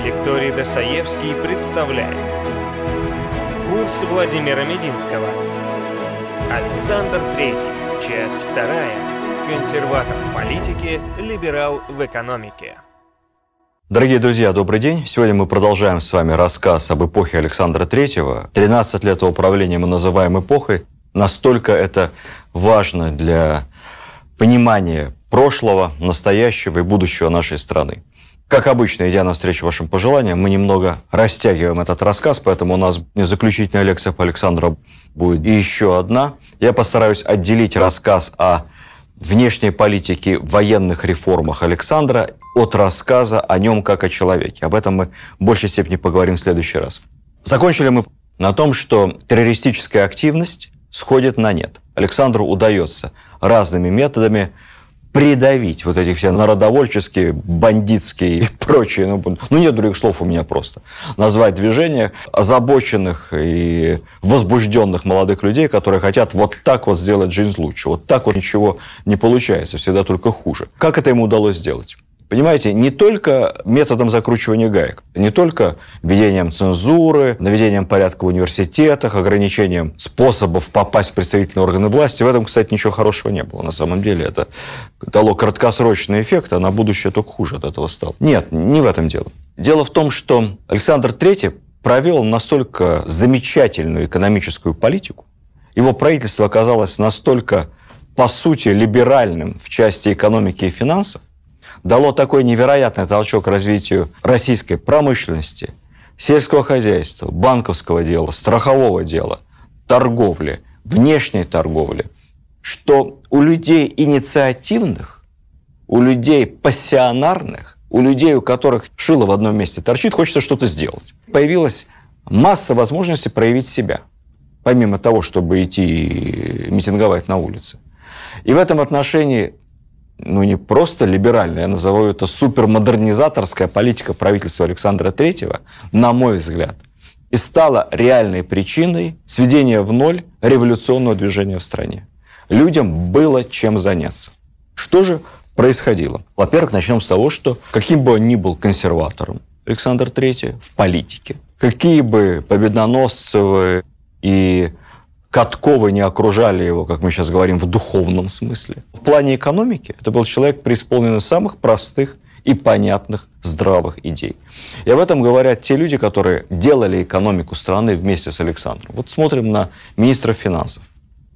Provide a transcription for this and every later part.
Лекторий Достоевский представляет курс Владимира Мединского. Александр III. Часть 2. Консерватор в политике, либерал в экономике. Дорогие друзья, добрый день. Сегодня мы продолжаем с вами рассказ об эпохе Александра III. 13 лет его правления мы называем эпохой. Настолько это важно для понимания прошлого, настоящего и будущего нашей страны. Как обычно, идя навстречу вашим пожеланиям, мы немного растягиваем этот рассказ, поэтому у нас заключительная лекция по Александру будет и еще одна. Я постараюсь отделить рассказ о внешней политике, военных реформах Александра от рассказа о нем как о человеке. Об этом мы в большей степени поговорим в следующий раз. Закончили мы на том, что террористическая активность сходит на нет. Александру удается разными методами придавить вот эти все народовольческие, бандитские и прочие, нет других слов у меня просто, назвать движения озабоченных и возбужденных молодых людей, которые хотят вот так вот сделать жизнь лучше. Вот так вот ничего не получается, всегда только хуже. Как это ему удалось сделать? Понимаете, не только методом закручивания гаек, не только введением цензуры, наведением порядка в университетах, ограничением способов попасть в представительные органы власти. В этом, кстати, ничего хорошего не было. На самом деле это дало краткосрочный эффект, а на будущее только хуже от этого стало. Нет, не в этом дело. Дело в том, что Александр III провел настолько замечательную экономическую политику, его правительство оказалось настолько, по сути, либеральным в части экономики и финансов, дало такой невероятный толчок развитию российской промышленности, сельского хозяйства, банковского дела, страхового дела, торговли, внешней торговли, что у людей инициативных, у людей пассионарных, у людей, у которых шило в одном месте торчит, хочется что-то сделать. Появилась масса возможностей проявить себя, помимо того, чтобы идти митинговать на улице. И в этом отношении не просто либеральная, я назову это супермодернизаторская политика правительства Александра III, на мой взгляд, и стала реальной причиной сведения в ноль революционного движения в стране. Людям было чем заняться. Что же происходило? Во-первых, начнем с того, что каким бы он ни был консерватором Александр III в политике, какие бы победоносцевы и Катковы не окружали его, как мы сейчас говорим, в духовном смысле. В плане экономики это был человек, преисполненный самых простых и понятных здравых идей. И об этом говорят те люди, которые делали экономику страны вместе с Александром. Вот смотрим на министра финансов.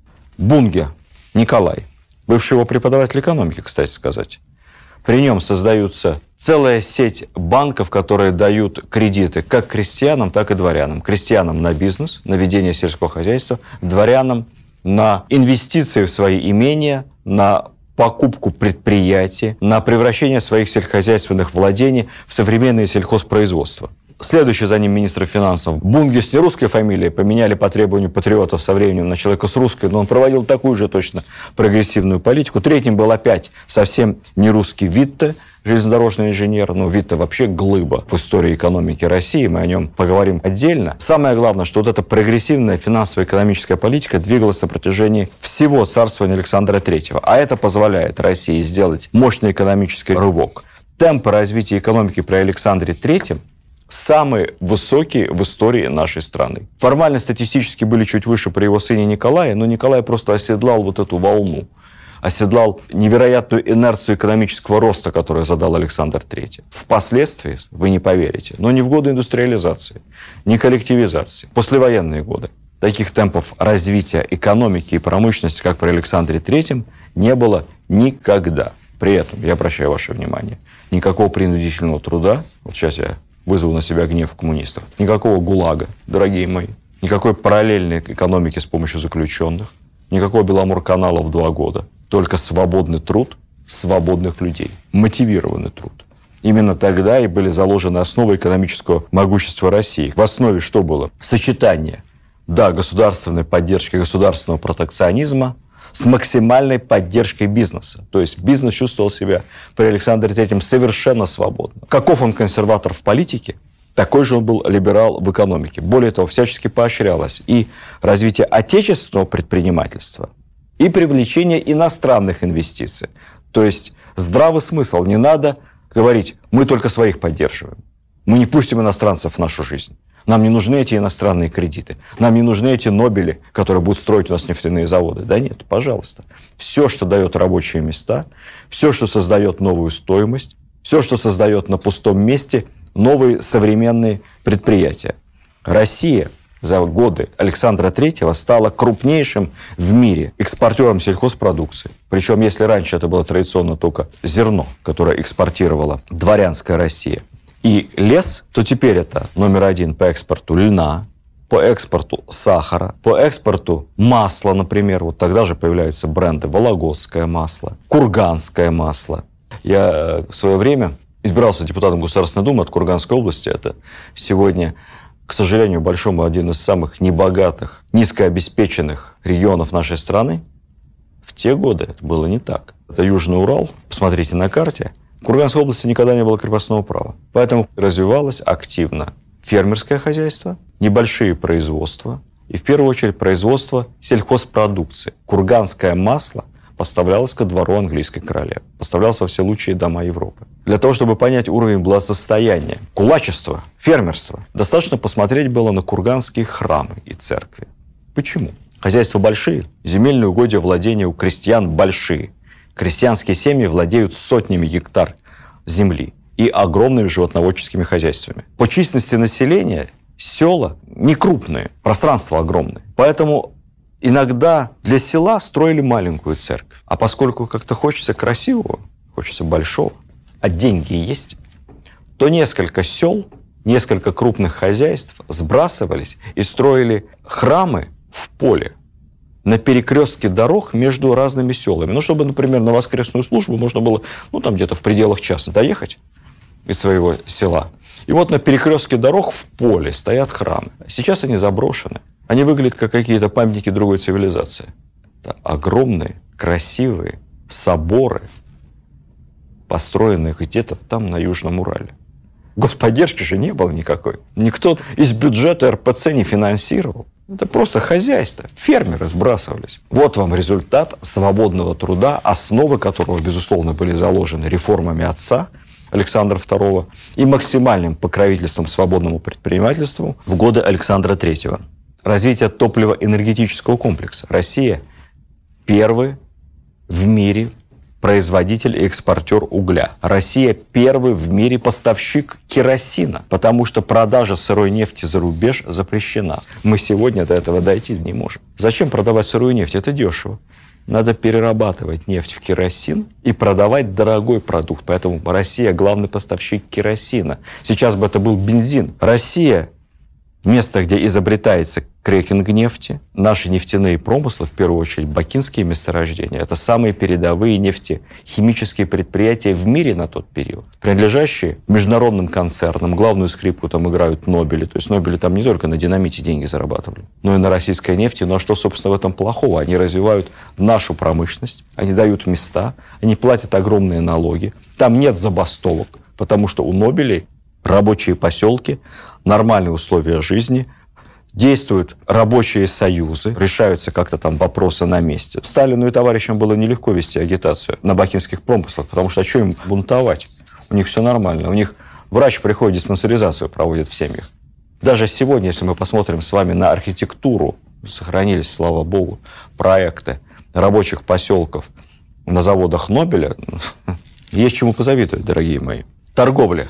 Бунге Николай, бывший его преподаватель экономики, кстати сказать. При нем создаются целая сеть банков, которые дают кредиты как крестьянам, так и дворянам. Крестьянам на бизнес, на ведение сельского хозяйства, дворянам на инвестиции в свои имения, на покупку предприятий, на превращение своих сельскохозяйственных владений в современное сельхозпроизводство. Следующий за ним министр финансов Бунге с нерусской фамилией поменяли по требованию патриотов со временем на человека с русской, но он проводил такую же точно прогрессивную политику. Третьим был опять совсем не русский Витте, железнодорожный инженер. Витте вообще глыба в истории экономики России, мы о нем поговорим отдельно. Самое главное, что вот эта прогрессивная финансово-экономическая политика двигалась на протяжении всего царствования Александра III, а это позволяет России сделать мощный экономический рывок. Темпы развития экономики при Александре III самые высокие в истории нашей страны. Формально статистически были чуть выше при его сыне Николае, но Николай просто оседлал вот эту волну, оседлал невероятную инерцию экономического роста, которую задал Александр III. Впоследствии, вы не поверите, но не в годы индустриализации, не коллективизации, послевоенные годы, таких темпов развития экономики и промышленности, как при Александре III, не было никогда. При этом, я обращаю ваше внимание, никакого принудительного труда, вот сейчас я вызову на себя гнев коммунистов. Никакого ГУЛАГа, дорогие мои. Никакой параллельной экономики с помощью заключенных. Никакого Беломорканала в 2 года. Только свободный труд свободных людей. Мотивированный труд. Именно тогда и были заложены основы экономического могущества России. В основе что было? Сочетание, государственной поддержки, государственного протекционизма с максимальной поддержкой бизнеса. То есть бизнес чувствовал себя при Александре III совершенно свободно. Каков он консерватор в политике, такой же он был либерал в экономике. Более того, всячески поощрялось и развитие отечественного предпринимательства, и привлечение иностранных инвестиций. То есть здравый смысл. Не надо говорить, мы только своих поддерживаем. Мы не пустим иностранцев в нашу жизнь. Нам не нужны эти иностранные кредиты. Нам не нужны эти Нобели, которые будут строить у нас нефтяные заводы. Да нет, пожалуйста. Все, что дает рабочие места, все, что создает новую стоимость, все, что создает на пустом месте новые современные предприятия. Россия за годы Александра III стала крупнейшим в мире экспортером сельхозпродукции. Причем, если раньше это было традиционно только зерно, которое экспортировала дворянская Россия, и лес, то теперь это номер один по экспорту льна, по экспорту сахара, по экспорту масла, например. Вот тогда же появляются бренды «Вологодское масло», «Курганское масло». Я в свое время избирался депутатом Государственной Думы от Курганской области. Это сегодня, к сожалению, большому, один из самых небогатых, низкообеспеченных регионов нашей страны. В те годы это было не так. Это Южный Урал. Посмотрите на карте. В Курганской области никогда не было крепостного права. Поэтому развивалось активно фермерское хозяйство, небольшие производства и, в первую очередь, производство сельхозпродукции. Курганское масло поставлялось ко двору английской королевы, поставлялось во все лучшие дома Европы. Для того, чтобы понять уровень благосостояния, кулачества, фермерства, достаточно посмотреть было на курганские храмы и церкви. Почему? Хозяйства большие, земельные угодья, владения у крестьян большие. Крестьянские семьи владеют сотнями гектар земли и огромными животноводческими хозяйствами. По численности населения села не крупные, пространство огромное. Поэтому иногда для села строили маленькую церковь. А поскольку как-то хочется красивого, хочется большого, а деньги есть, то несколько сел, несколько крупных хозяйств сбрасывались и строили храмы в поле, на перекрестке дорог между разными селами. Ну, чтобы, например, на воскресную службу можно было, там где-то в пределах часа доехать из своего села. И вот на перекрестке дорог в поле стоят храмы. Сейчас они заброшены. Они выглядят как какие-то памятники другой цивилизации. Это огромные, красивые соборы, построенные где-то там, на Южном Урале. Господдержки же не было никакой. Никто из бюджета РПЦ не финансировал. Это просто хозяйство. Фермеры сбрасывались. Вот вам результат свободного труда, основы которого, безусловно, были заложены реформами отца Александра II и максимальным покровительством свободному предпринимательству в годы Александра III. Развитие топливо-энергетического комплекса. Россия первый в мире производитель и экспортер угля. Россия первый в мире поставщик керосина, потому что продажа сырой нефти за рубеж запрещена. Мы сегодня до этого дойти не можем. Зачем продавать сырую нефть? Это дешево. Надо перерабатывать нефть в керосин и продавать дорогой продукт. Поэтому Россия главный поставщик керосина. Сейчас бы это был бензин. Россия место, где изобретается крекинг нефти. Наши нефтяные промыслы, в первую очередь бакинские месторождения, это самые передовые нефтехимические предприятия в мире на тот период, принадлежащие международным концернам. Главную скрипку там играют Нобели. То есть Нобели там не только на динамите деньги зарабатывали, но и на российской нефти. Ну а что, собственно, в этом плохого? Они развивают нашу промышленность, они дают места, они платят огромные налоги. Там нет забастовок, потому что у Нобелей рабочие поселки, нормальные условия жизни, действуют рабочие союзы, решаются как-то там вопросы на месте. Сталину и товарищам было нелегко вести агитацию на бакинских промыслах, потому что что им бунтовать? У них все нормально. У них врач приходит, диспансеризацию проводит в семьях. Даже сегодня, если мы посмотрим с вами на архитектуру, сохранились, слава богу, проекты рабочих поселков на заводах Нобеля, есть чему позавидовать, дорогие мои. Торговля.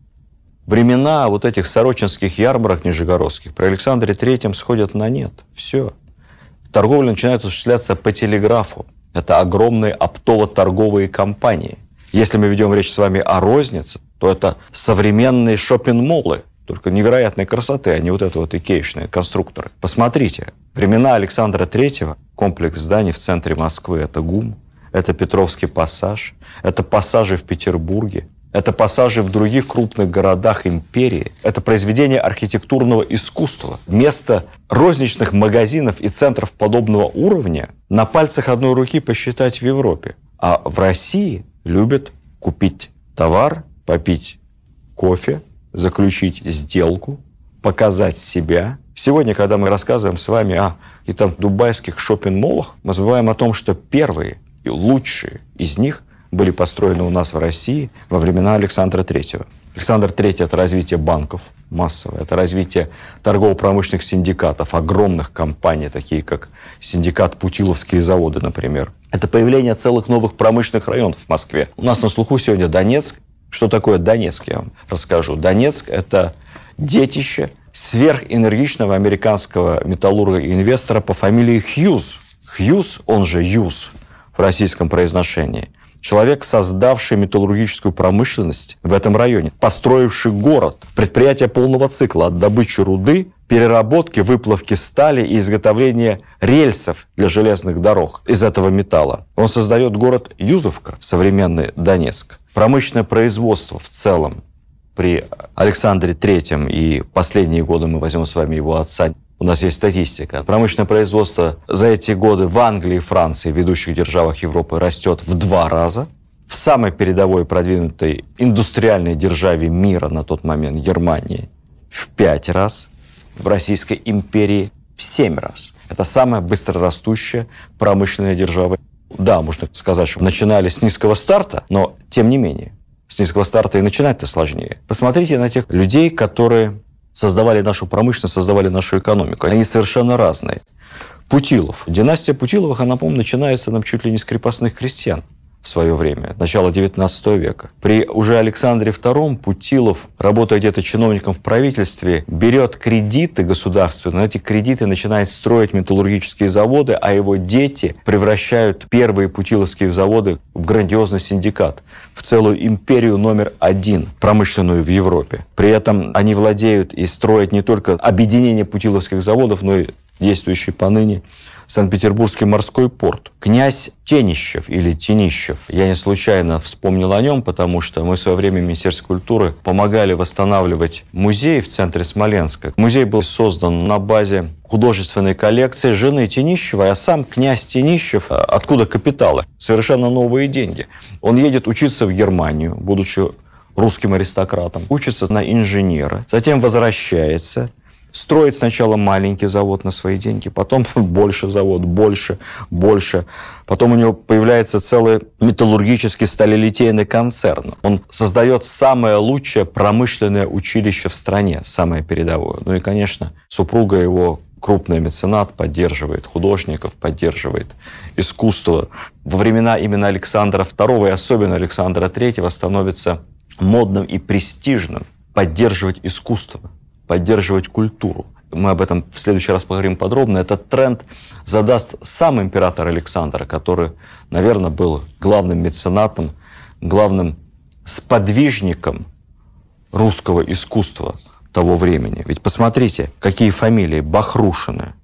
Времена вот этих сорочинских ярмарок нижегородских при Александре III сходят на нет. Все. Торговля начинает осуществляться по телеграфу. Это огромные оптово-торговые компании. Если мы ведем речь с вами о рознице, то это современные шоппинг-моллы, только невероятной красоты, а не вот это вот икеишные конструкторы. Посмотрите, времена Александра III, комплекс зданий в центре Москвы, это ГУМ, это Петровский пассаж, это пассажи в Петербурге, это пассажи в других крупных городах империи. Это произведение архитектурного искусства. Вместо розничных магазинов и центров подобного уровня на пальцах одной руки посчитать в Европе. А в России любят купить товар, попить кофе, заключить сделку, показать себя. Сегодня, когда мы рассказываем с вами о дубайских шоппинг-моллах, мы забываем о том, что первые и лучшие из них были построены у нас в России во времена Александра III. Александр III – это развитие банков массовое, это развитие торгово-промышленных синдикатов, огромных компаний, такие как синдикат «Путиловские заводы», например. Это появление целых новых промышленных районов в Москве. У нас на слуху сегодня Донецк. Что такое Донецк, я вам расскажу. Донецк – это детище сверхэнергичного американского металлурга и инвестора по фамилии Хьюз. Хьюз, он же Юз в российском произношении. Человек, создавший металлургическую промышленность в этом районе, построивший город, предприятие полного цикла от добычи руды, переработки, выплавки стали и изготовления рельсов для железных дорог из этого металла. Он создает город Юзовка, современный Донецк. Промышленное производство в целом при Александре III и последние годы, мы возьмем с вами его отца, у нас есть статистика. Промышленное производство за эти годы в Англии и Франции, в ведущих державах Европы, растет в 2 раза. В самой передовой продвинутой индустриальной державе мира на тот момент, Германии, в 5 раз. В Российской империи в 7 раз. Это самая быстрорастущая промышленная держава. Да, можно сказать, что начинали с низкого старта, но тем не менее. С низкого старта и начинать-то сложнее. Посмотрите на тех людей, которые создавали нашу промышленность, создавали нашу экономику. Они совершенно разные. Путилов. Династия Путиловых, она, по-моему, начинается чуть ли не с крепостных крестьян в свое время, начало XIX века. При уже Александре II Путилов, работая где-то чиновником в правительстве, берет кредиты государственные, на эти кредиты начинает строить металлургические заводы, а его дети превращают первые путиловские заводы в грандиозный синдикат, в целую империю номер 1, промышленную в Европе. При этом они владеют и строят не только объединение путиловских заводов, но и действующий поныне Санкт-Петербургский морской порт. Князь Тенищев или Тенищев, я не случайно вспомнил о нем, потому что мы в свое время в Министерстве культуры помогали восстанавливать музей в центре Смоленска. Музей был создан на базе художественной коллекции жены Тенищева, а сам князь Тенищев, откуда капиталы? Совершенно новые деньги. Он едет учиться в Германию, будучи русским аристократом, учится на инженера, затем возвращается, строит сначала маленький завод на свои деньги, потом больше завод, больше. Потом у него появляется целый металлургический сталелитейный концерн. Он создает самое лучшее промышленное училище в стране, самое передовое. Ну и, конечно, супруга его, крупный меценат, поддерживает художников, поддерживает искусство. Во времена именно Александра II и особенно Александра III становится модным и престижным поддерживать искусство, поддерживать культуру. Мы об этом в следующий раз поговорим подробно. Этот тренд задаст сам император Александр, который, наверное, был главным меценатом, главным сподвижником русского искусства того времени. Ведь посмотрите, какие фамилии: Бахрушины,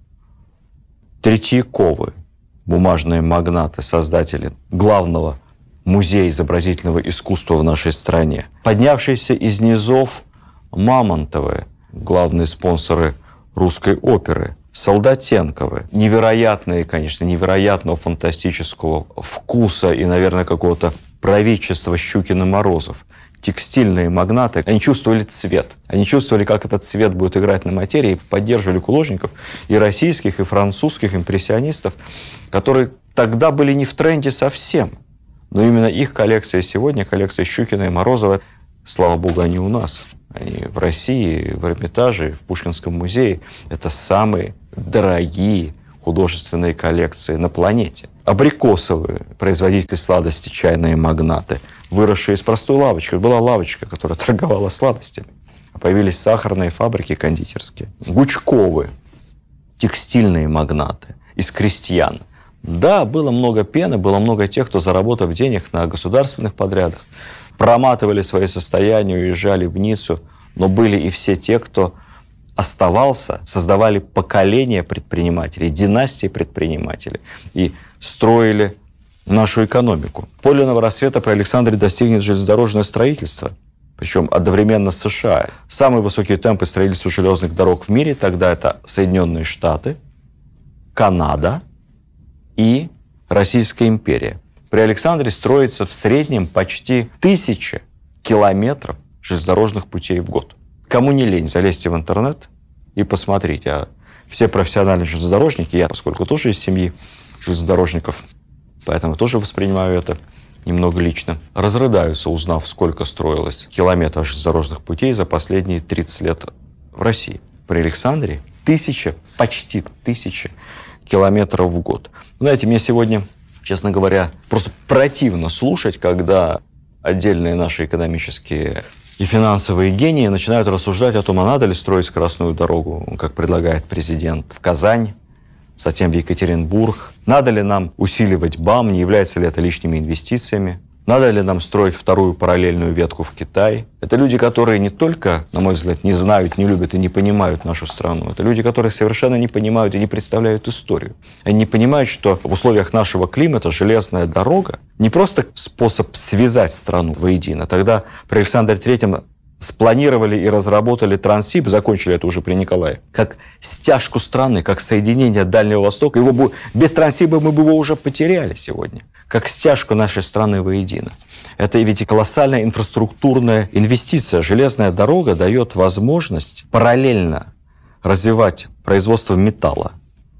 Третьяковы, бумажные магнаты, создатели главного музея изобразительного искусства в нашей стране. Поднявшиеся из низов Мамонтовы, главные спонсоры русской оперы, Солдатенковы. Невероятные, конечно, невероятного фантастического вкуса и, наверное, какого-то правительства Щукин и Морозов. Текстильные магнаты, они чувствовали цвет. Они чувствовали, как этот цвет будет играть на материи, и поддерживали художников и российских, и французских импрессионистов, которые тогда были не в тренде совсем. Но именно их коллекция сегодня, коллекция Щукина и Морозова, слава богу, они у нас. Они в России, в Эрмитаже, в Пушкинском музее. Это самые дорогие художественные коллекции на планете. Абрикосовые производители сладости, чайные магнаты, выросшие из простой лавочки. Была лавочка, которая торговала сладостями. Появились сахарные фабрики кондитерские. Гучковы, текстильные магнаты из крестьян. Да, было много пены, было много тех, кто, заработав денег на государственных подрядах, проматывали свои состояния, уезжали в Ниццу, но были и все те, кто оставался, создавали поколения предпринимателей, династии предпринимателей и строили нашу экономику. Подлинного рассвета при Александре достигнет железнодорожное строительство, причем одновременно с США. Самые высокие темпы строительства железных дорог в мире тогда это Соединенные Штаты, Канада и Российская империя. При Александре строится в среднем почти 1000 километров железнодорожных путей в год. Кому не лень, залезьте в интернет и посмотрите. А все профессиональные железнодорожники, я, поскольку тоже из семьи железнодорожников, поэтому тоже воспринимаю это немного лично, разрыдаются, узнав, сколько строилось километров железнодорожных путей за последние 30 лет в России. При Александре почти 1000 километров в год. Знаете, мне сегодня, честно говоря, просто противно слушать, когда отдельные наши экономические и финансовые гении начинают рассуждать о том, а надо ли строить скоростную дорогу, как предлагает президент, в Казань, затем в Екатеринбург. Надо ли нам усиливать БАМ, не является ли это лишними инвестициями? Надо ли нам строить вторую параллельную ветку в Китай? Это люди, которые не только, на мой взгляд, не знают, не любят и не понимают нашу страну. Это люди, которые совершенно не понимают и не представляют историю. Они не понимают, что в условиях нашего климата железная дорога не просто способ связать страну воедино. Тогда при Александре Третьем спланировали и разработали Транссиб, закончили это уже при Николае, как стяжку страны, как соединение Дальнего Востока. Без Транссиба мы бы его уже потеряли сегодня. Как стяжку нашей страны воедино. Это ведь и колоссальная инфраструктурная инвестиция. Железная дорога дает возможность параллельно развивать производство металла,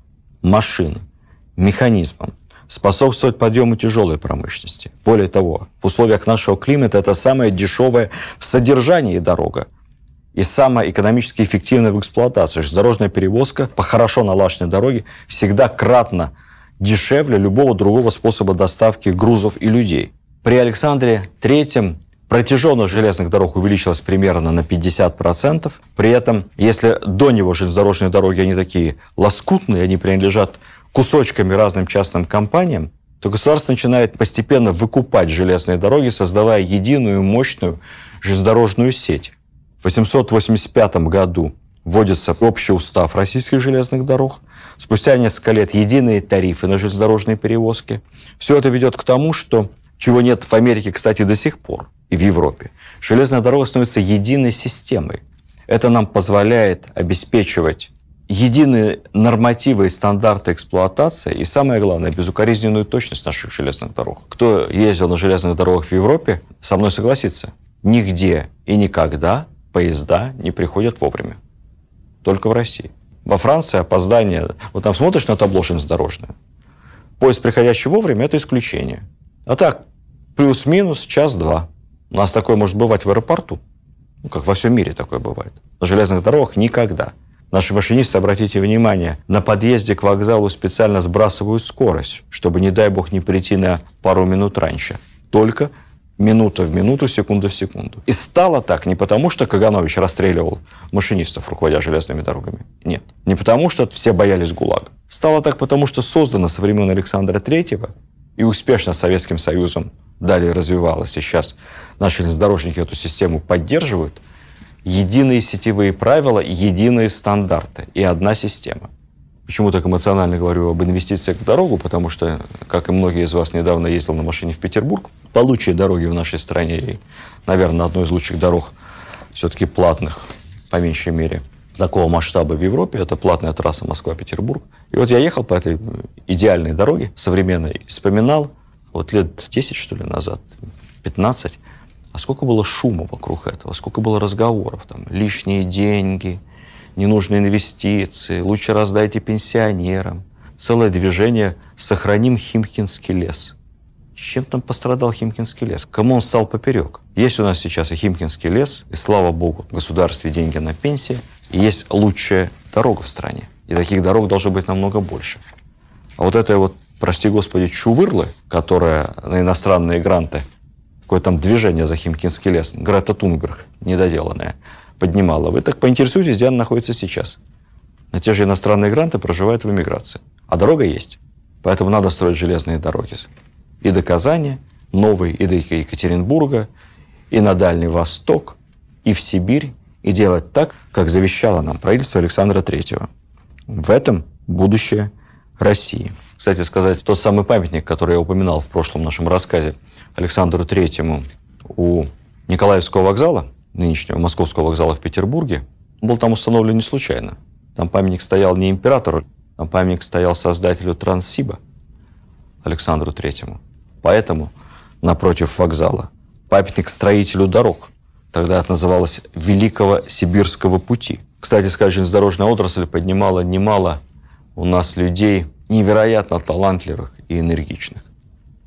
машин, механизмов, способствовать подъему тяжелой промышленности. Более того, в условиях нашего климата это самая дешевая в содержании дорога и самая экономически эффективная в эксплуатации. Железнодорожная перевозка по хорошо налаженной дороге всегда кратно дешевле любого другого способа доставки грузов и людей. При Александре Третьем протяженность железных дорог увеличилась примерно на 50%. При этом, если до него железнодорожные дороги, они такие лоскутные, они принадлежат кусочками разным частным компаниям, то государство начинает постепенно выкупать железные дороги, создавая единую мощную железнодорожную сеть. В 1885 году вводится общий устав российских железных дорог. Спустя несколько лет единые тарифы на железнодорожные перевозки. Все это ведет к тому, что, чего нет в Америке, кстати, до сих пор, и в Европе, железная дорога становится единой системой. Это нам позволяет обеспечивать единые нормативы и стандарты эксплуатации и, самое главное, безукоризненную точность наших железных дорог. Кто ездил на железных дорогах в Европе, со мной согласится, нигде и никогда поезда не приходят вовремя. Только в России. Во Франции опоздание... Вот там смотришь на табло железнодорожное. Поезд, приходящий вовремя, это исключение. А так, плюс-минус час-два. У нас такое может бывать в аэропорту. Как во всем мире такое бывает. На железных дорогах никогда. Наши машинисты, обратите внимание, на подъезде к вокзалу специально сбрасывают скорость, чтобы, не дай бог, не прийти на пару минут раньше. Только минута в минуту, секунда в секунду. И стало так не потому, что Каганович расстреливал машинистов, руководя железными дорогами. Нет. Не потому, что все боялись ГУЛАГа. Стало так потому, что создано со времен Александра Третьего и успешно Советским Союзом далее развивалось. И сейчас наши железнодорожники эту систему поддерживают. Единые сетевые правила, единые стандарты и одна система. Почему так эмоционально говорю об инвестициях в дорогу? Потому что, как и многие из вас, недавно ездил на машине в Петербург. По лучшей дороге в нашей стране и, наверное, одной из лучших дорог все-таки платных, по меньшей мере, такого масштаба в Европе. Это платная трасса Москва-Петербург. И вот я ехал по этой идеальной дороге, современной, и вспоминал, вот лет 10, что ли, назад, 15, а сколько было шума вокруг этого, сколько было разговоров, там, лишние деньги, ненужные инвестиции, лучше раздайте пенсионерам. Целое движение «Сохраним Химкинский лес». Чем там пострадал Химкинский лес? Кому он стал поперек? Есть у нас сейчас и Химкинский лес, и, слава богу, в государстве деньги на пенсии, и есть лучшая дорога в стране. И таких дорог должно быть намного больше. А вот это вот, прости господи, чувырлы, которая на иностранные гранты, какое там движение за Химкинский лес, Грета Тунберг, недоделанная, поднимала. Вы так поинтересуетесь, где она находится сейчас. На те же иностранные гранты проживает в эмиграции. А дорога есть. Поэтому надо строить железные дороги. И до Казани, новой, и до Екатеринбурга, и на Дальний Восток, и в Сибирь, и делать так, как завещало нам правительство Александра Третьего. В этом будущее России. Кстати сказать, тот самый памятник, который я упоминал в прошлом нашем рассказе Александру Третьему у Николаевского вокзала, нынешнего Московского вокзала в Петербурге, был там установлен не случайно. Там памятник стоял не императору, там памятник стоял создателю Транссиба Александру Третьему. Поэтому напротив вокзала памятник строителю дорог. Тогда это называлось Великого Сибирского пути. Кстати сказать, железнодорожная отрасль поднимала немало у нас людей невероятно талантливых и энергичных.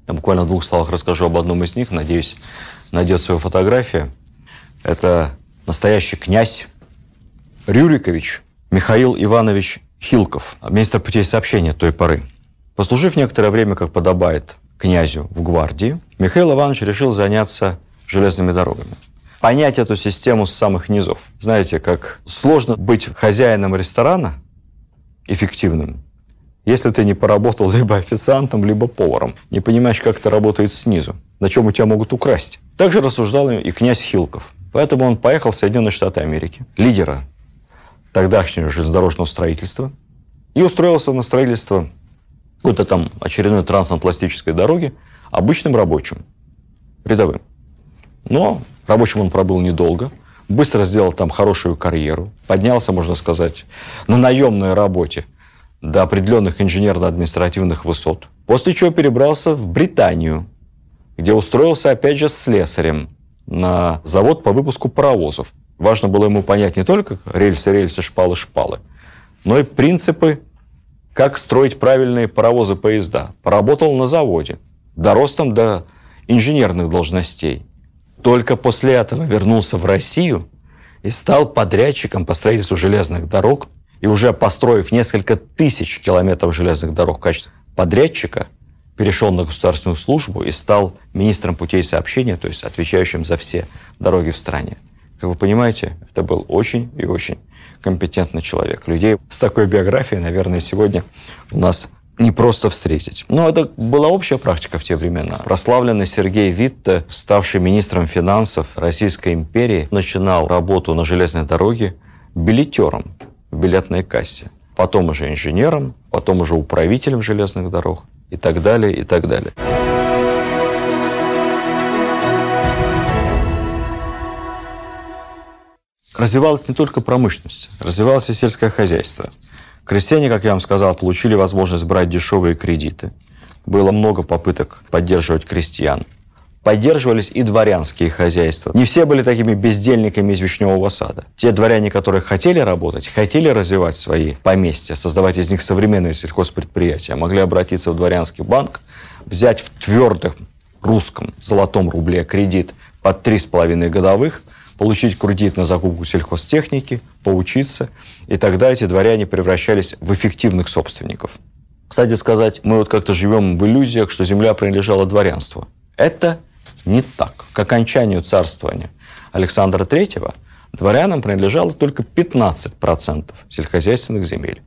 Я буквально в 2 словах расскажу об одном из них. Надеюсь, найдется его фотография. Это настоящий князь Рюрикович Михаил Иванович Хилков, министр путей сообщения той поры. Послужив некоторое время, как подобает князю, в гвардии, Михаил Иванович решил заняться железными дорогами. Понять эту систему с самых низов. Знаете, как сложно быть хозяином ресторана эффективным, если ты не поработал либо официантом, либо поваром. Не понимаешь, как это работает снизу, на чем у тебя могут украсть. Также рассуждал и князь Хилков. Поэтому он поехал в Соединенные Штаты Америки, лидера тогдашнего железнодорожного строительства, и устроился на строительство какой-то там очередной трансатлантической дороги обычным рабочим, рядовым. Но рабочим он пробыл недолго, быстро сделал там хорошую карьеру, поднялся, можно сказать, на наемной работе до определенных инженерно-административных высот, после чего перебрался в Британию, где устроился опять же слесарем на завод по выпуску паровозов. Важно было ему понять не только рельсы, шпалы, но и принципы, как строить правильные паровозы-поезда. Поработал на заводе, дорос там до инженерных должностей. Только после этого вернулся в Россию и стал подрядчиком по строительству железных дорог. И уже построив несколько тысяч километров железных дорог в качестве подрядчика, перешел на государственную службу и стал министром путей сообщения, то есть отвечающим за все дороги в стране. Как вы понимаете, это был очень и очень компетентный человек. Людей с такой биографией, наверное, сегодня у нас не просто встретить. Но это была общая практика в те времена. Прославленный Сергей Витте, ставший министром финансов Российской империи, начинал работу на железной дороге билетером в билетной кассе. Потом уже инженером, потом уже управителем железных дорог и так далее, и так далее. Развивалась не только промышленность, развивалось и сельское хозяйство. Крестьяне, как я вам сказал, получили возможность брать дешевые кредиты. Было много попыток поддерживать крестьян. Поддерживались и дворянские хозяйства. Не все были такими бездельниками из вишневого сада. Те дворяне, которые хотели работать, хотели развивать свои поместья, создавать из них современные сельхозпредприятия, могли обратиться в дворянский банк, взять в твердом русском золотом рубле кредит под 3,5 годовых, получить кредит на закупку сельхозтехники, поучиться, и тогда эти дворяне превращались в эффективных собственников. Кстати сказать, мы вот как-то живем в иллюзиях, что земля принадлежала дворянству. Это не так. К окончанию царствования Александра III дворянам принадлежало только 15% сельскохозяйственных земель.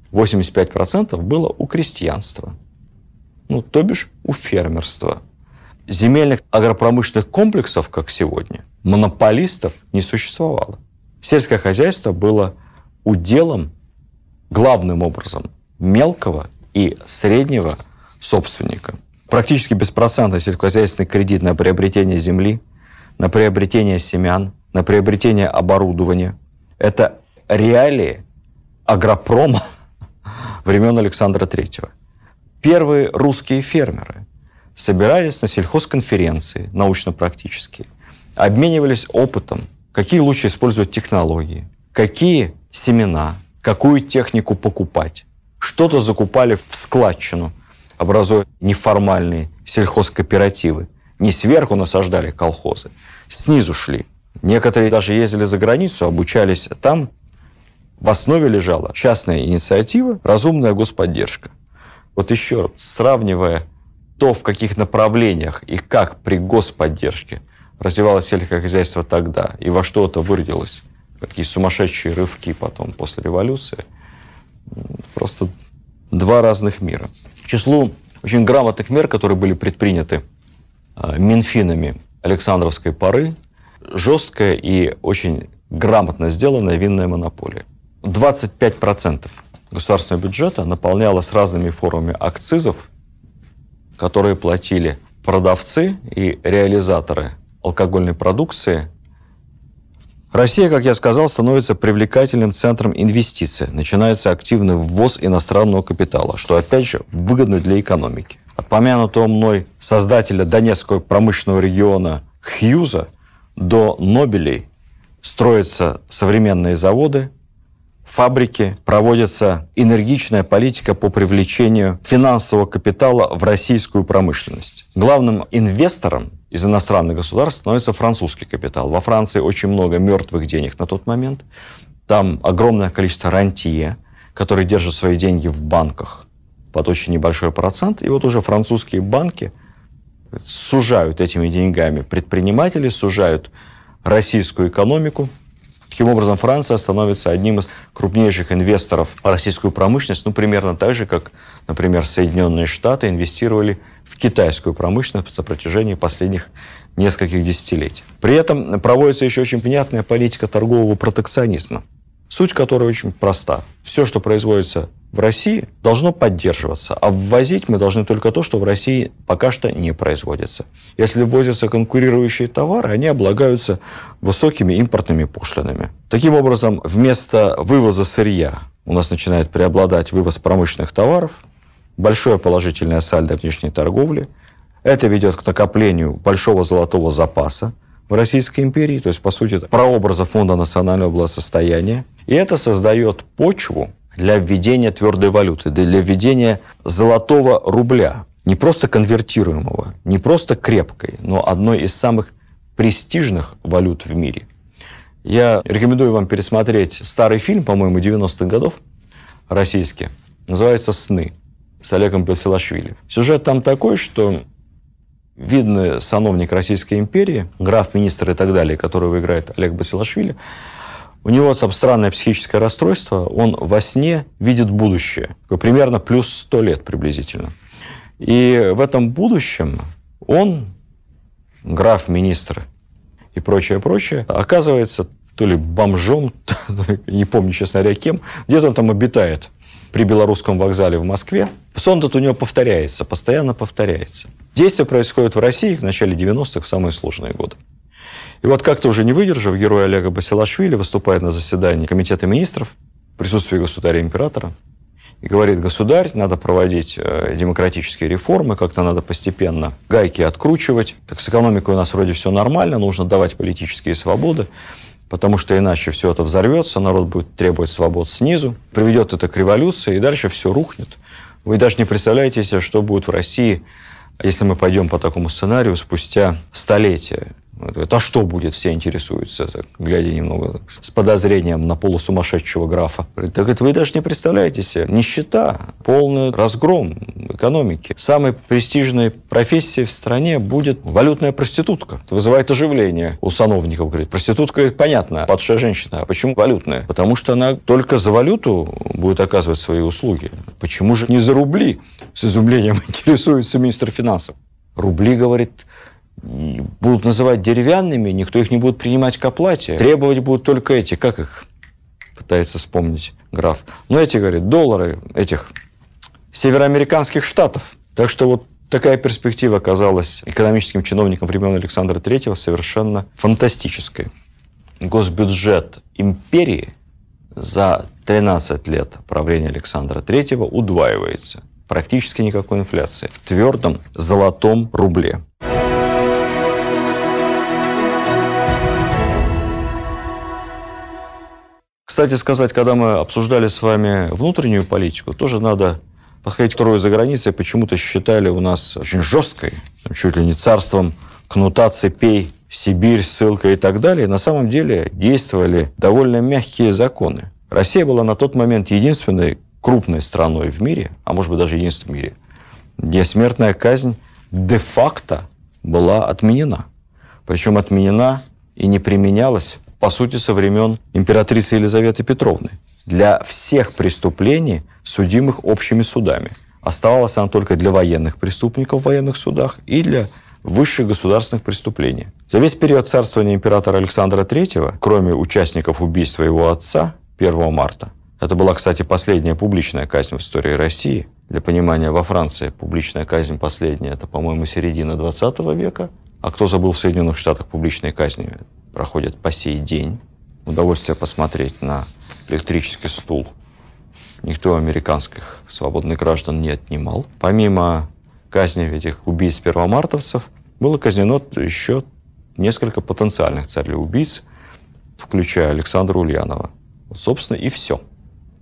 85% было у крестьянства, то бишь у фермерства. Земельных агропромышленных комплексов, как сегодня, монополистов не существовало. Сельское хозяйство было уделом, главным образом, мелкого и среднего собственника. Практически беспроцентный сельскохозяйственный кредит на приобретение земли, на приобретение семян, на приобретение оборудования. Это реалии агропрома времен Александра III. Первые русские фермеры собирались на сельхозконференции научно-практические, обменивались опытом, какие лучше использовать технологии, какие семена, какую технику покупать. Что-то закупали в складчину, образуя неформальные сельхозкооперативы. Не сверху насаждали колхозы, снизу шли. Некоторые даже ездили за границу, обучались там. В основе лежала частная инициатива, разумная господдержка. Вот еще раз, сравнивая то, в каких направлениях и как при господдержке развивалось сельское хозяйство тогда и во что это выродилось, какие сумасшедшие рывки потом после революции, просто два разных мира. К числу очень грамотных мер, которые были предприняты Минфинами Александровской поры, жесткая и очень грамотно сделанная винная монополия. 25% государственного бюджета наполнялось разными формами акцизов, которые платили продавцы и реализаторы алкогольной продукции. Россия, как я сказал, становится привлекательным центром инвестиций. Начинается активный ввоз иностранного капитала, что, опять же, выгодно для экономики. От помянутого мной создателя Донецкого промышленного региона Хьюза до Нобелей строятся современные заводы, фабрики, проводится энергичная политика по привлечению финансового капитала в российскую промышленность. Главным инвестором из иностранных государств становится французский капитал. Во Франции очень много мертвых денег на тот момент. Там огромное количество рантье, которые держат свои деньги в банках под очень небольшой процент. И вот уже французские банки сужают этими деньгами предпринимателей, сужают российскую экономику. Таким образом, Франция становится одним из крупнейших инвесторов в российскую промышленность, примерно так же, как, например, Соединенные Штаты инвестировали в китайскую промышленность на протяжении последних нескольких десятилетий. При этом проводится еще очень внятная политика торгового протекционизма, суть которой очень проста. Все, что производится в России, должно поддерживаться, а ввозить мы должны только то, что в России пока что не производится. Если ввозятся конкурирующие товары, они облагаются высокими импортными пошлинами. Таким образом, вместо вывоза сырья у нас начинает преобладать вывоз промышленных товаров, большое положительное сальдо внешней торговли. Это ведет к накоплению большого золотого запаса в Российской империи, то есть, по сути, это прообраза Фонда национального благосостояния. И это создает почву для введения твердой валюты, для введения золотого рубля, не просто конвертируемого, не просто крепкой, но одной из самых престижных валют в мире. Я рекомендую вам пересмотреть старый фильм, по-моему, 90-х годов, российский, называется «Сны», с Олегом Басилашвили. Сюжет там такой, что видный сановник Российской империи, граф-министр и так далее, которого играет Олег Басилашвили, у него странное психическое расстройство, он во сне видит будущее, примерно плюс 100 лет приблизительно. И в этом будущем он, граф-министр и прочее, оказывается то ли бомжом, не помню, честно говоря, кем, где-то он там обитает при Белорусском вокзале в Москве. Сон тут у него повторяется, постоянно повторяется. Действие происходит в России в начале 90-х, в самые сложные годы. И вот как-то уже не выдержав, герой Олега Басилашвили выступает на заседании Комитета министров в присутствии государя-императора и говорит: государь, надо проводить демократические реформы, как-то надо постепенно гайки откручивать. Так с экономикой у нас вроде все нормально, нужно давать политические свободы, потому что иначе все это взорвется, народ будет требовать свобод снизу, приведет это к революции, и дальше все рухнет. Вы даже не представляете себе, что будет в России, если мы пойдем по такому сценарию спустя столетия. А что будет, все интересуются, так, глядя немного с подозрением на полусумасшедшего графа. Так это вы даже не представляете себе. Нищета, полный разгром экономики. Самой престижной профессией в стране будет валютная проститутка. Это вызывает оживление у сановников. Говорит, проститутка, это понятно, падшая женщина. А почему валютная? Потому что она только за валюту будет оказывать свои услуги. Почему же не за рубли? С изумлением интересуется министр финансов. Рубли, говорит, будут называть деревянными, никто их не будет принимать к оплате. Требовать будут только эти, как их пытается вспомнить граф. Но эти, говорит, доллары этих североамериканских штатов. Так что вот такая перспектива оказалась экономическим чиновником времен Александра III совершенно фантастической. Госбюджет империи за 13 лет правления Александра III удваивается. Практически никакой инфляции. В твердом золотом рубле. Кстати сказать, когда мы обсуждали с вами внутреннюю политику, тоже надо подходить к второй за границей. Почему-то считали у нас очень жесткой, чуть ли не царством кнута, цепей, Сибирь, ссылка и так далее. На самом деле действовали довольно мягкие законы. Россия была на тот момент единственной крупной страной в мире, а может быть даже единственной в мире, где смертная казнь де-факто была отменена. Причем отменена и не применялась, по сути, со времен императрицы Елизаветы Петровны. Для всех преступлений, судимых общими судами. Оставалась она только для военных преступников в военных судах и для высших государственных преступлений. За весь период царствования императора Александра III, кроме участников убийства его отца 1 марта, это была, кстати, последняя публичная казнь в истории России. Для понимания, во Франции публичная казнь последняя, это, по-моему, середина 20 века. А кто забыл, в Соединенных Штатах публичные казни проходят по сей день. Удовольствие посмотреть на электрический стул никто американских свободных граждан не отнимал. Помимо казни этих убийц первомартовцев, было казнено еще несколько потенциальных царей-убийц, включая Александра Ульянова. Вот, собственно, и все.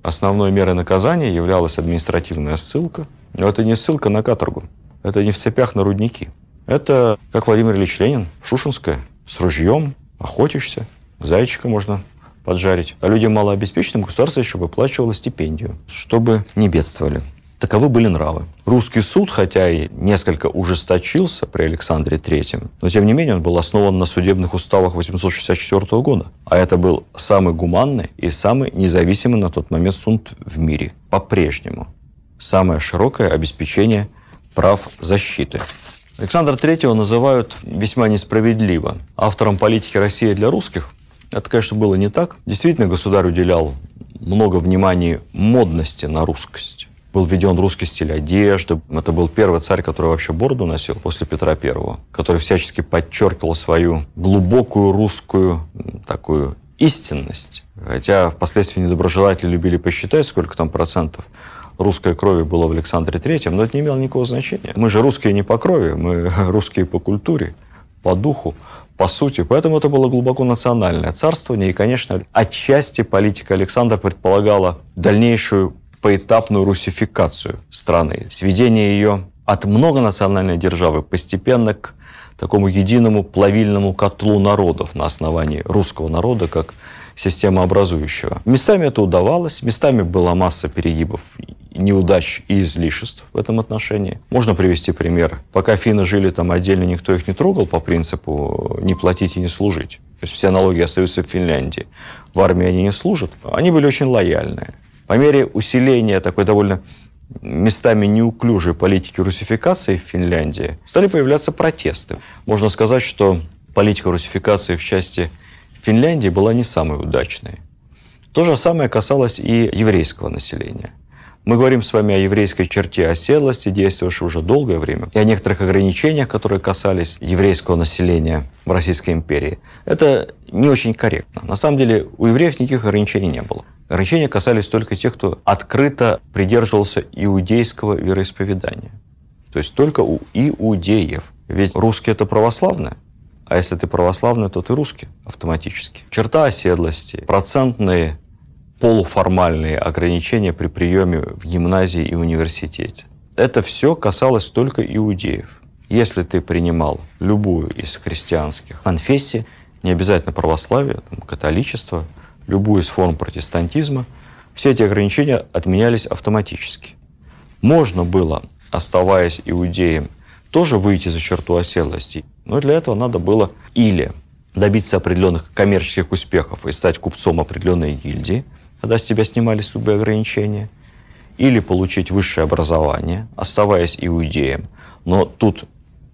Основной мерой наказания являлась административная ссылка. Но это не ссылка на каторгу, это не в цепях на рудники. Это, как Владимир Ильич Ленин, Шушинская, с ружьем, охотишься, зайчика можно поджарить. А людям малообеспеченным государство еще выплачивало стипендию, чтобы не бедствовали. Таковы были нравы. Русский суд, хотя и несколько ужесточился при Александре III, но тем не менее он был основан на судебных уставах 864 года. А это был самый гуманный и самый независимый на тот момент суд в мире. По-прежнему. Самое широкое обеспечение прав защиты. Александра III называют весьма несправедливо автором политики «Россия для русских». Это, конечно, было не так. Действительно, государь уделял много внимания модности на русскость. Был введен русский стиль одежды. Это был первый царь, который вообще бороду носил после Петра I, который всячески подчеркивал свою глубокую русскую такую истинность. Хотя впоследствии недоброжелатели любили посчитать, сколько там процентов русской крови было в Александре III, но это не имело никакого значения. Мы же русские не по крови, мы русские по культуре, по духу, по сути. Поэтому это было глубоко национальное царствование. И, конечно, отчасти политика Александра предполагала дальнейшую поэтапную русификацию страны, сведение ее от многонациональной державы постепенно к такому единому плавильному котлу народов на основании русского народа как системообразующего. Местами это удавалось, местами была масса перегибов, неудач и излишеств в этом отношении. Можно привести пример. Пока финны жили там отдельно, никто их не трогал по принципу «не платить и не служить». То есть все налоги остаются в Финляндии. В армии они не служат. Они были очень лояльные. По мере усиления такой довольно местами неуклюжей политики русификации в Финляндии стали появляться протесты. Можно сказать, что политика русификации в части Финляндии была не самой удачной. То же самое касалось и еврейского населения. Мы говорим с вами о еврейской черте оседлости, действовавшей уже долгое время, и о некоторых ограничениях, которые касались еврейского населения в Российской империи. Это не очень корректно. На самом деле у евреев никаких ограничений не было. Ограничения касались только тех, кто открыто придерживался иудейского вероисповедания. То есть только у иудеев. Ведь русские – это православные. А если ты православный, то ты русский автоматически. Черта оседлости, процентные полуформальные ограничения при приеме в гимназии и университете. Это все касалось только иудеев. Если ты принимал любую из христианских конфессий, не обязательно православие, католичество, любую из форм протестантизма, все эти ограничения отменялись автоматически. Можно было, оставаясь иудеем, тоже выйти за черту оседлости, но для этого надо было или добиться определенных коммерческих успехов и стать купцом определенной гильдии, когда с тебя снимались любые ограничения, или получить высшее образование, оставаясь иудеем. Но тут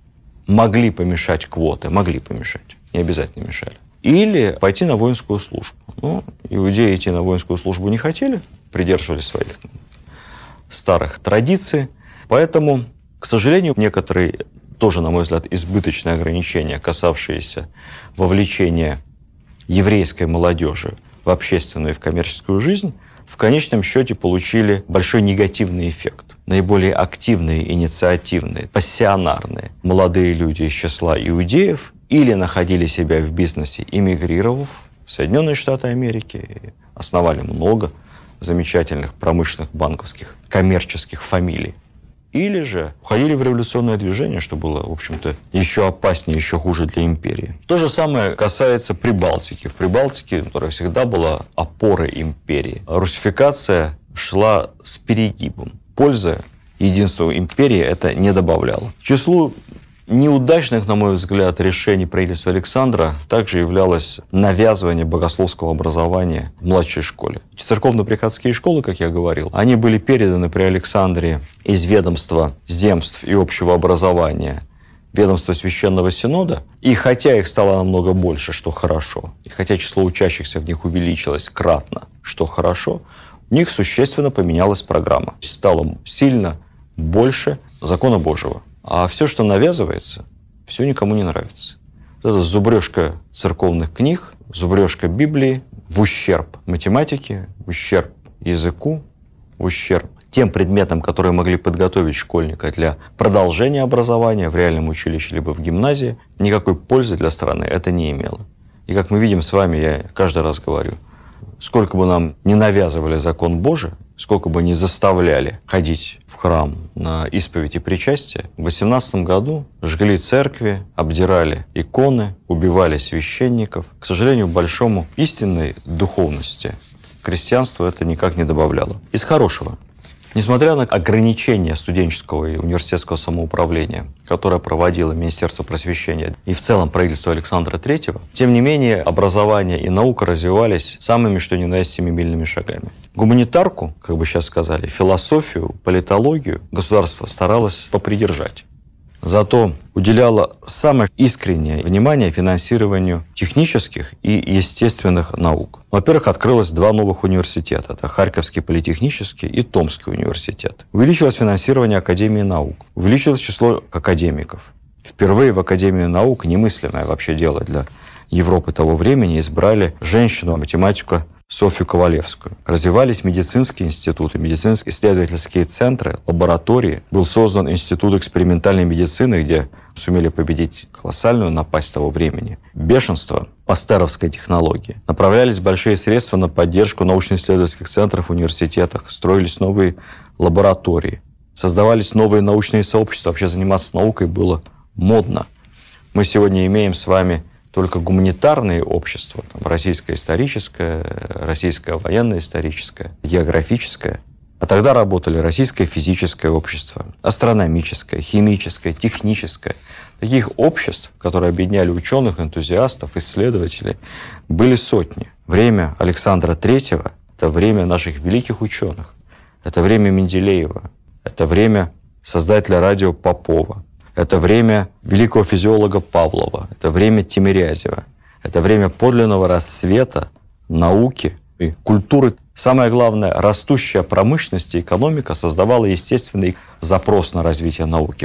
могли помешать квоты, не обязательно мешали. Или пойти на воинскую службу. Но иудеи идти на воинскую службу не хотели, придерживались своих старых традиций. Поэтому, к сожалению, некоторые, тоже, на мой взгляд, избыточные ограничения, касавшиеся вовлечения еврейской молодежи в общественную и в коммерческую жизнь, в конечном счете получили большой негативный эффект. Наиболее активные, инициативные, пассионарные молодые люди из числа иудеев или находили себя в бизнесе, эмигрировав в Соединенные Штаты Америки, основали много замечательных промышленных, банковских, коммерческих фамилий. Или же уходили в революционное движение, что было, в общем-то, еще опаснее, еще хуже для империи. То же самое касается Прибалтики. В Прибалтике, которая всегда была опорой империи, русификация шла с перегибом. Пользы единству империи это не добавляло. К числу неудачных, на мой взгляд, решений правительства Александра также являлось навязывание богословского образования в младшей школе. Церковно-приходские школы, как я говорил, они были переданы при Александре из ведомства земств и общего образования в ведомство Священного Синода. И хотя их стало намного больше, что хорошо, и хотя число учащихся в них увеличилось кратно, что хорошо, в них существенно поменялась программа. Стало сильно больше закона Божьего. А все, что навязывается, все никому не нравится. Вот это зубрежка церковных книг, зубрежка Библии в ущерб математике, в ущерб языку, в ущерб тем предметам, которые могли подготовить школьника для продолжения образования в реальном училище либо в гимназии, никакой пользы для страны это не имело. И как мы видим с вами, я каждый раз говорю, сколько бы нам не навязывали закон Божий, сколько бы не заставляли ходить в храм на исповедь и причастие, в 18 году жгли церкви, обдирали иконы, убивали священников. К сожалению, большому истинной духовности крестьянству это никак не добавляло. Из хорошего. Несмотря на ограничения студенческого и университетского самоуправления, которое проводило Министерство просвещения и в целом правительство Александра III, тем не менее образование и наука развивались самыми что ни на есть семимильными шагами. Гуманитарку, как бы сейчас сказали, философию, политологию государство старалось попридержать. Зато уделяло самое искреннее внимание финансированию технических и естественных наук. Во-первых, открылось 2 новых университета. Это Харьковский политехнический и Томский университет. Увеличилось финансирование Академии наук. Увеличилось число академиков. Впервые в Академию наук, немыслимое вообще дело для Европы того времени, избрали женщину-математика Софью Ковалевскую. Развивались медицинские институты, медицинские исследовательские центры, лаборатории. Был создан Институт экспериментальной медицины, где сумели победить колоссальную напасть того времени. Бешенство пастеровской технологии. Направлялись большие средства на поддержку научно-исследовательских центров в университетах. Строились новые лаборатории. Создавались новые научные сообщества. Вообще заниматься наукой было модно. Мы сегодня имеем с вами только гуманитарные общества, там, российское историческое, российское военно-историческое, географическое. А тогда работали российское физическое общество, астрономическое, химическое, техническое. Таких обществ, которые объединяли ученых, энтузиастов, исследователей, были сотни. Время Александра III – это время наших великих ученых. Это время Менделеева. Это время создателя радио Попова. Это время великого физиолога Павлова, это время Тимирязева, это время подлинного расцвета науки и культуры. Самое главное, растущая промышленность и экономика создавала естественный запрос на развитие науки.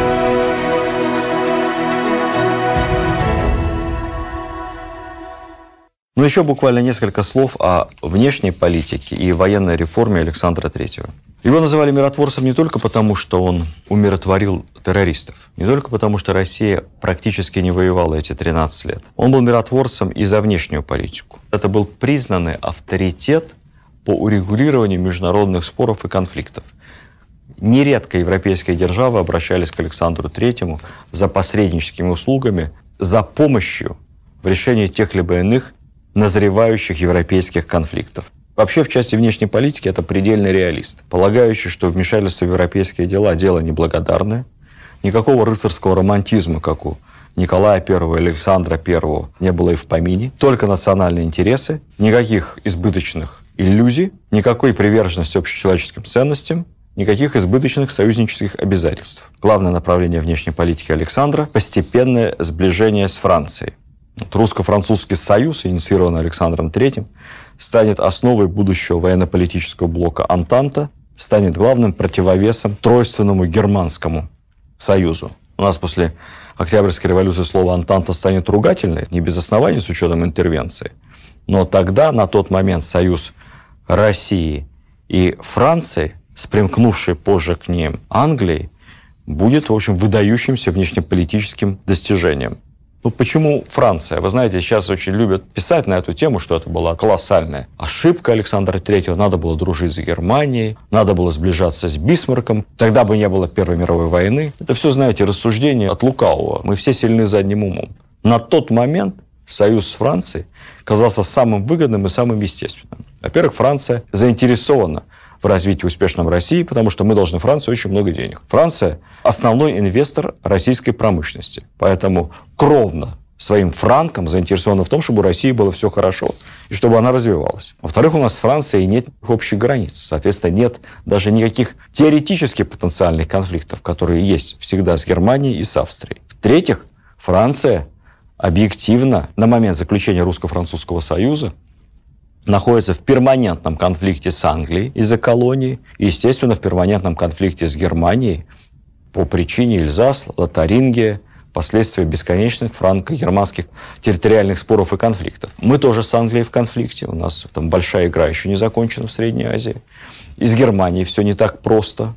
Но еще буквально несколько слов о внешней политике и военной реформе Александра III. Его называли миротворцем не только потому, что он умиротворил террористов, не только потому, что Россия практически не воевала эти 13 лет. Он был миротворцем и за внешнюю политику. Это был признанный авторитет по урегулированию международных споров и конфликтов. Нередко европейские державы обращались к Александру III за посредническими услугами, за помощью в решении тех либо иных назревающих европейских конфликтов. Вообще, в части внешней политики это предельный реалист, полагающий, что вмешательство в европейские дела – дело неблагодарное. Никакого рыцарского романтизма, как у Николая I и Александра I, не было и в помине. Только национальные интересы, никаких избыточных иллюзий, никакой приверженности общечеловеческим ценностям, никаких избыточных союзнических обязательств. Главное направление внешней политики Александра – постепенное сближение с Францией. Русско-французский союз, инициированный Александром III, станет основой будущего военно-политического блока Антанта, станет главным противовесом тройственному германскому союзу. У нас после Октябрьской революции слово «Антанта» станет ругательное, не без оснований, с учетом интервенции. Но тогда, на тот момент, союз России и Франции, с примкнувшей позже к ним Англией, будет, в общем, выдающимся внешнеполитическим достижением. Ну, почему Франция? Вы знаете, сейчас очень любят писать на эту тему, что это была колоссальная ошибка Александра III. Надо было дружить с Германией, надо было сближаться с Бисмарком. Тогда бы не было Первой мировой войны. Это все, знаете, рассуждения от лукавого. Мы все сильны задним умом. На тот момент союз с Францией казался самым выгодным и самым естественным. Во-первых, Франция заинтересована в развитии успешном России, потому что мы должны Франции очень много денег. Франция – основной инвестор российской промышленности. Поэтому кровно своим франком заинтересована в том, чтобы у России было все хорошо и чтобы она развивалась. Во-вторых, у нас с Францией нет общих границ. Соответственно, нет даже никаких теоретически потенциальных конфликтов, которые есть всегда с Германией и с Австрией. В-третьих, Франция объективно на момент заключения Русско-французского союза находится в перманентном конфликте с Англией из-за колонии и, естественно, в перманентном конфликте с Германией по причине Эльзас, Лотарингия, последствия бесконечных франко-германских территориальных споров и конфликтов. Мы тоже с Англией в конфликте, у нас там большая игра еще не закончена в Средней Азии. И с Германией все не так просто.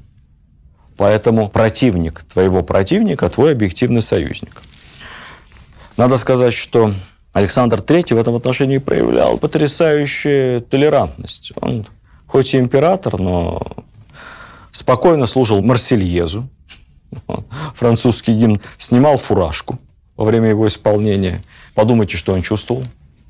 Поэтому противник твоего противника – твой объективный союзник. Надо сказать, что Александр III в этом отношении проявлял потрясающую толерантность. Он хоть и император, но спокойно слушал Марсельезу, французский гимн, снимал фуражку во время его исполнения. Подумайте, что он чувствовал.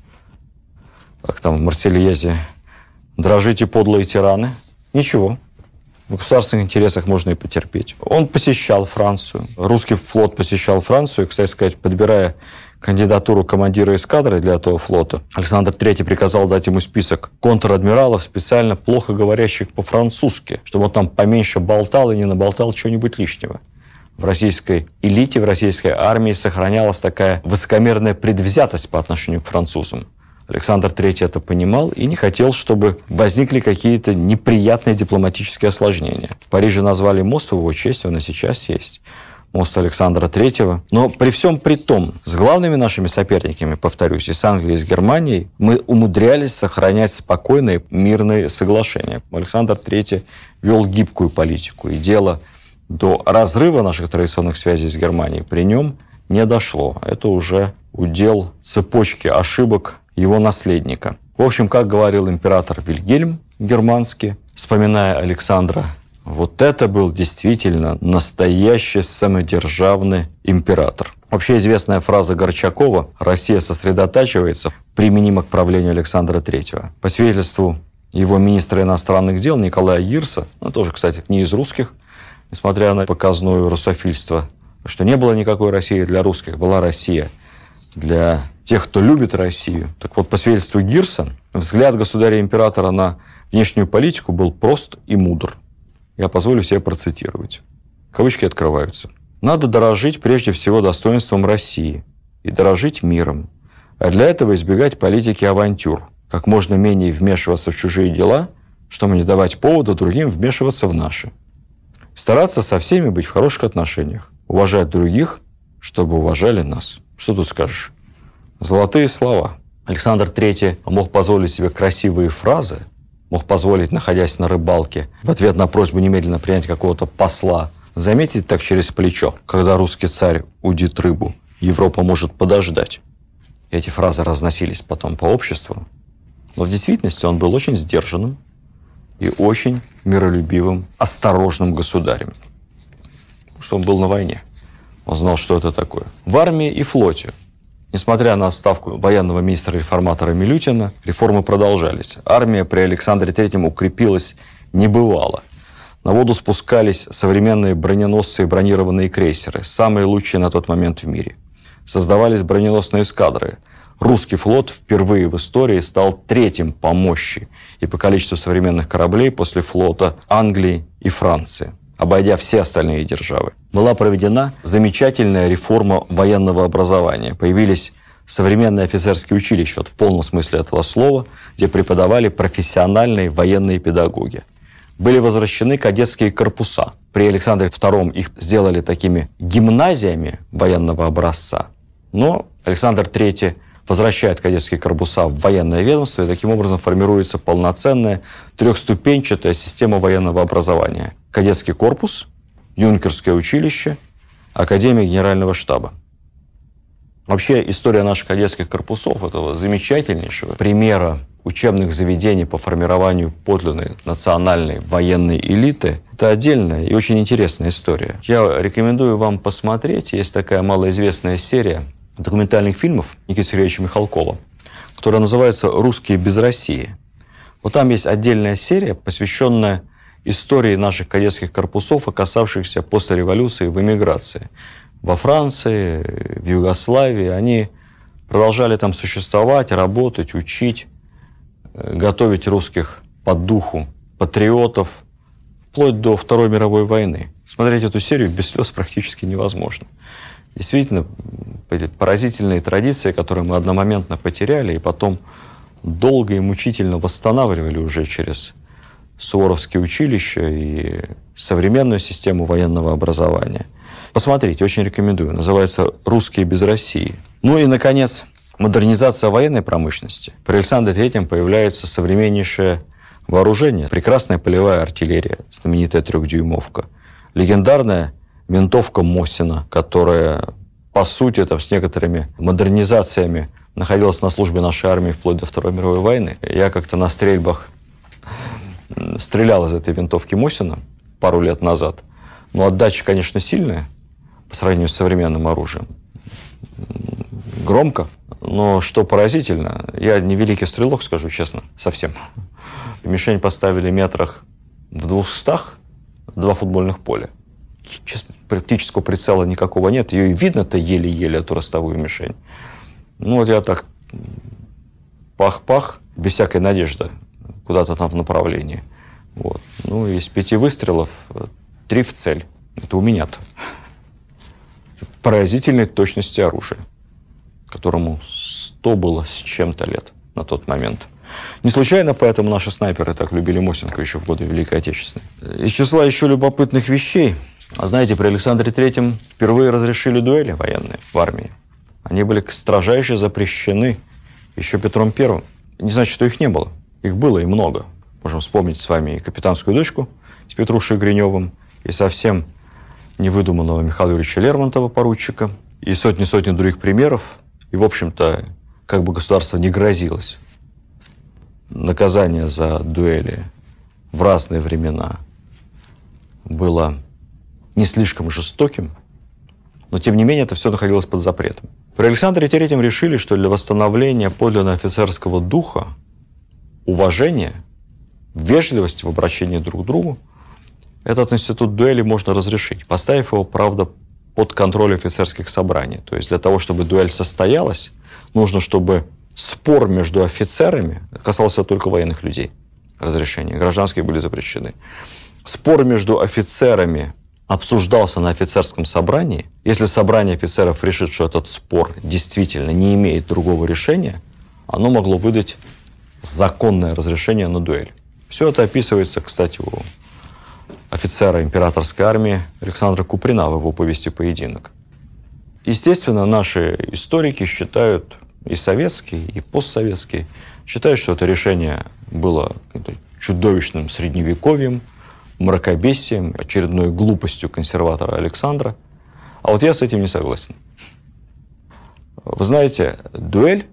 Как там в Марсельезе: «Дрожите, подлые тираны». Ничего. В государственных интересах можно и потерпеть. Он посещал Францию. Русский флот посещал Францию. Кстати сказать, подбирая кандидатуру командира эскадры для этого флота, Александр III приказал дать ему список контр-адмиралов, специально плохо говорящих по-французски, чтобы он там поменьше болтал и не наболтал чего-нибудь лишнего. В российской элите, в российской армии сохранялась такая высокомерная предвзятость по отношению к французам. Александр III это понимал и не хотел, чтобы возникли какие-то неприятные дипломатические осложнения. В Париже назвали мост в его честь, он и сейчас есть. Мост Александра III. Но при всем при том, с главными нашими соперниками, повторюсь, и с Англией, и с Германией, мы умудрялись сохранять спокойные мирные соглашения. Александр III вел гибкую политику, и дело до разрыва наших традиционных связей с Германией при нем не дошло. Это уже удел цепочки ошибок его наследника. В общем, как говорил император Вильгельм германский, вспоминая Александра, вот это был действительно настоящий самодержавный император. Вообще известная фраза Горчакова «Россия сосредотачивается» применима к правлению Александра III. По свидетельству его министра иностранных дел Николая Гирса, тоже, кстати, не из русских, несмотря на показное русофильство, что не было никакой России для русских, была Россия для тех, кто любит Россию. Так вот, по свидетельству Гирса, взгляд государя-императора на внешнюю политику был прост и мудр. Я позволю себе процитировать. Кавычки открываются. «Надо дорожить прежде всего достоинством России и дорожить миром, а для этого избегать политики авантюр, как можно менее вмешиваться в чужие дела, чтобы не давать повода другим вмешиваться в наши. Стараться со всеми быть в хороших отношениях, уважать других, чтобы уважали нас». Что тут скажешь? Золотые слова. Александр III мог позволить себе красивые фразы, мог позволить, находясь на рыбалке, в ответ на просьбу немедленно принять какого-то посла, заметить так через плечо: когда русский царь удит рыбу, Европа может подождать. Эти фразы разносились потом по обществу. Но в действительности он был очень сдержанным и очень миролюбивым, осторожным государем. Потому что он был на войне. Он знал, что это такое. В армии и флоте, несмотря на отставку военного министра-реформатора Милютина, реформы продолжались. Армия при Александре III укрепилась небывало. На воду спускались современные броненосцы и бронированные крейсеры, самые лучшие на тот момент в мире. Создавались броненосные эскадры. Русский флот впервые в истории стал третьим по мощи и по количеству современных кораблей после флота Англии и Франции, обойдя все остальные державы. Была проведена замечательная реформа военного образования. Появились современные офицерские училища, в полном смысле этого слова, где преподавали профессиональные военные педагоги. Были возвращены кадетские корпуса. При Александре II их сделали такими гимназиями военного образца. Но Александр III возвращает кадетские корпуса в военное ведомство, и таким образом формируется полноценная трехступенчатая система военного образования. Кадетский корпус, юнкерское училище, Академия Генерального штаба. Вообще, история наших кадетских корпусов, этого замечательнейшего примера учебных заведений по формированию подлинной национальной военной элиты, это отдельная и очень интересная история. Я рекомендую вам посмотреть. Есть такая малоизвестная серия документальных фильмов Никиты Сергеевича Михалкова, которая называется «Русские без России». Вот там есть отдельная серия, посвященная истории наших кадетских корпусов, оказавшихся после революции в эмиграции. Во Франции, в Югославии. Они продолжали там существовать, работать, учить, готовить русских по духу патриотов, вплоть до Второй мировой войны. Смотреть эту серию без слез практически невозможно. Действительно, эти поразительные традиции, которые мы одномоментно потеряли, и потом долго и мучительно восстанавливали уже через суворовские училища и современную систему военного образования. Посмотрите, очень рекомендую. Называется «Русские без России». Ну и, наконец, модернизация военной промышленности. При Александре III появляется современнейшее вооружение. Прекрасная полевая артиллерия, знаменитая 3-дюймовка. Легендарная винтовка Мосина, которая, по сути, там, с некоторыми модернизациями находилась на службе нашей армии вплоть до Второй мировой войны. Я как-то на стрельбах стрелял из этой винтовки Мосина пару лет назад. Но отдача, конечно, сильная по сравнению с современным оружием. Громко, но что поразительно, я не великий стрелок, скажу честно, совсем. Мишень поставили метрах в 200, 2 футбольных поля. Честно, практического прицела никакого нет. Ее и видно-то еле-еле, эту ростовую мишень. Ну вот я так пах-пах, без всякой надежды, куда-то там в направлении. Вот. Ну, из 5 выстрелов 3 в цель. Это у меня-то. Поразительной точности оружия, которому 100 было с чем-то лет на тот момент. Не случайно поэтому наши снайперы так любили Мосинку еще в годы Великой Отечественной. Из числа еще любопытных вещей. Знаете, при Александре Третьем впервые разрешили дуэли военные в армии. Они были строжайше запрещены еще Петром Первым. Не значит, что их не было. Их было и много. Можем вспомнить с вами и «Капитанскую дочку» с Петрушей Гриневым, и совсем невыдуманного Михаила Юрьевича Лермонтова, поручика, и сотни других примеров. И, в общем-то, как бы государство не грозилось, наказание за дуэли в разные времена было не слишком жестоким, но, тем не менее, это все находилось под запретом. При Александре Третьем решили, что для восстановления подлинно офицерского духа, уважения, вежливости в обращении друг к другу, этот институт дуэли можно разрешить, поставив его, правда, под контроль офицерских собраний. То есть для того, чтобы дуэль состоялась, нужно, чтобы спор между офицерами, касался только военных людей, разрешения, гражданские были запрещены. Спор между офицерами обсуждался на офицерском собрании. Если собрание офицеров решит, что этот спор действительно не имеет другого решения, оно могло выдать законное разрешение на дуэль. Все это описывается, кстати, у офицера императорской армии Александра Куприна в его повести «Поединок». Естественно, наши историки считают, и советские, и постсоветские, считают, что это решение было чудовищным средневековьем, мракобесием, очередной глупостью консерватора Александра. А вот я с этим не согласен. Вы знаете, дуэль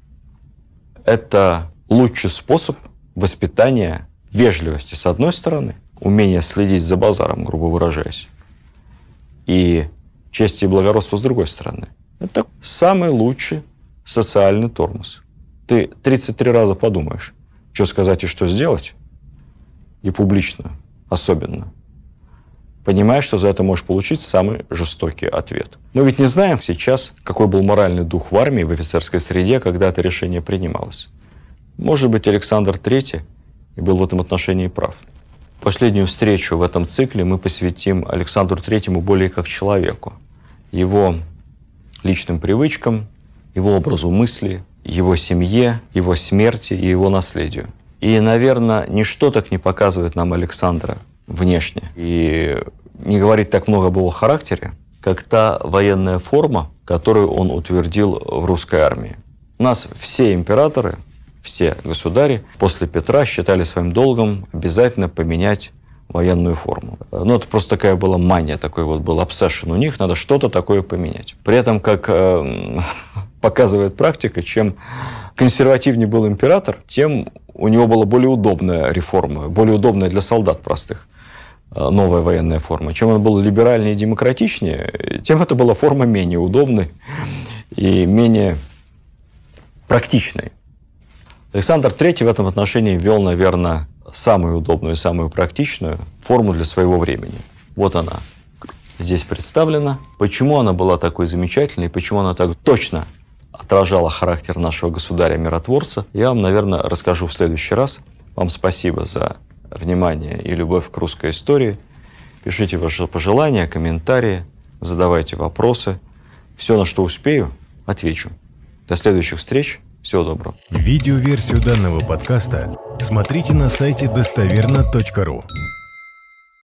– это лучший способ воспитания вежливости с одной стороны, умения следить за базаром, грубо выражаясь, и чести и благородства с другой стороны. Это самый лучший социальный тормоз. Ты 33 раза подумаешь, что сказать и что сделать, и публично особенно, понимаешь, что за это можешь получить самый жестокий ответ. Мы ведь не знаем сейчас, какой был моральный дух в армии, в офицерской среде, когда это решение принималось. Может быть, Александр III и был в этом отношении прав. Последнюю встречу в этом цикле мы посвятим Александру III более как человеку, его личным привычкам, его образу мысли, его семье, его смерти и его наследию. И, наверное, ничто так не показывает нам Александра внешне и не говорит так много об его характере, как та военная форма, которую он утвердил в русской армии. У нас все императоры, все государи после Петра считали своим долгом обязательно поменять военную форму. Ну, это просто такая была мания, такой вот был обсессион у них, надо что-то такое поменять. При этом, как показывает практика, чем консервативнее был император, тем у него была более удобная реформа, более удобная для солдат простых новая военная форма. Чем он был либеральнее и демократичнее, тем это была форма менее удобной и менее практичной. Александр III в этом отношении ввел, наверное, самую удобную и самую практичную форму для своего времени. Вот она здесь представлена. Почему она была такой замечательной, почему она так точно отражала характер нашего государя-миротворца, я вам, наверное, расскажу в следующий раз. Вам спасибо за внимание и любовь к русской истории. Пишите ваши пожелания, комментарии, задавайте вопросы. Все, на что успею, отвечу. До следующих встреч. Всего доброго. Видеоверсию данного подкаста смотрите на сайте достоверно.ру.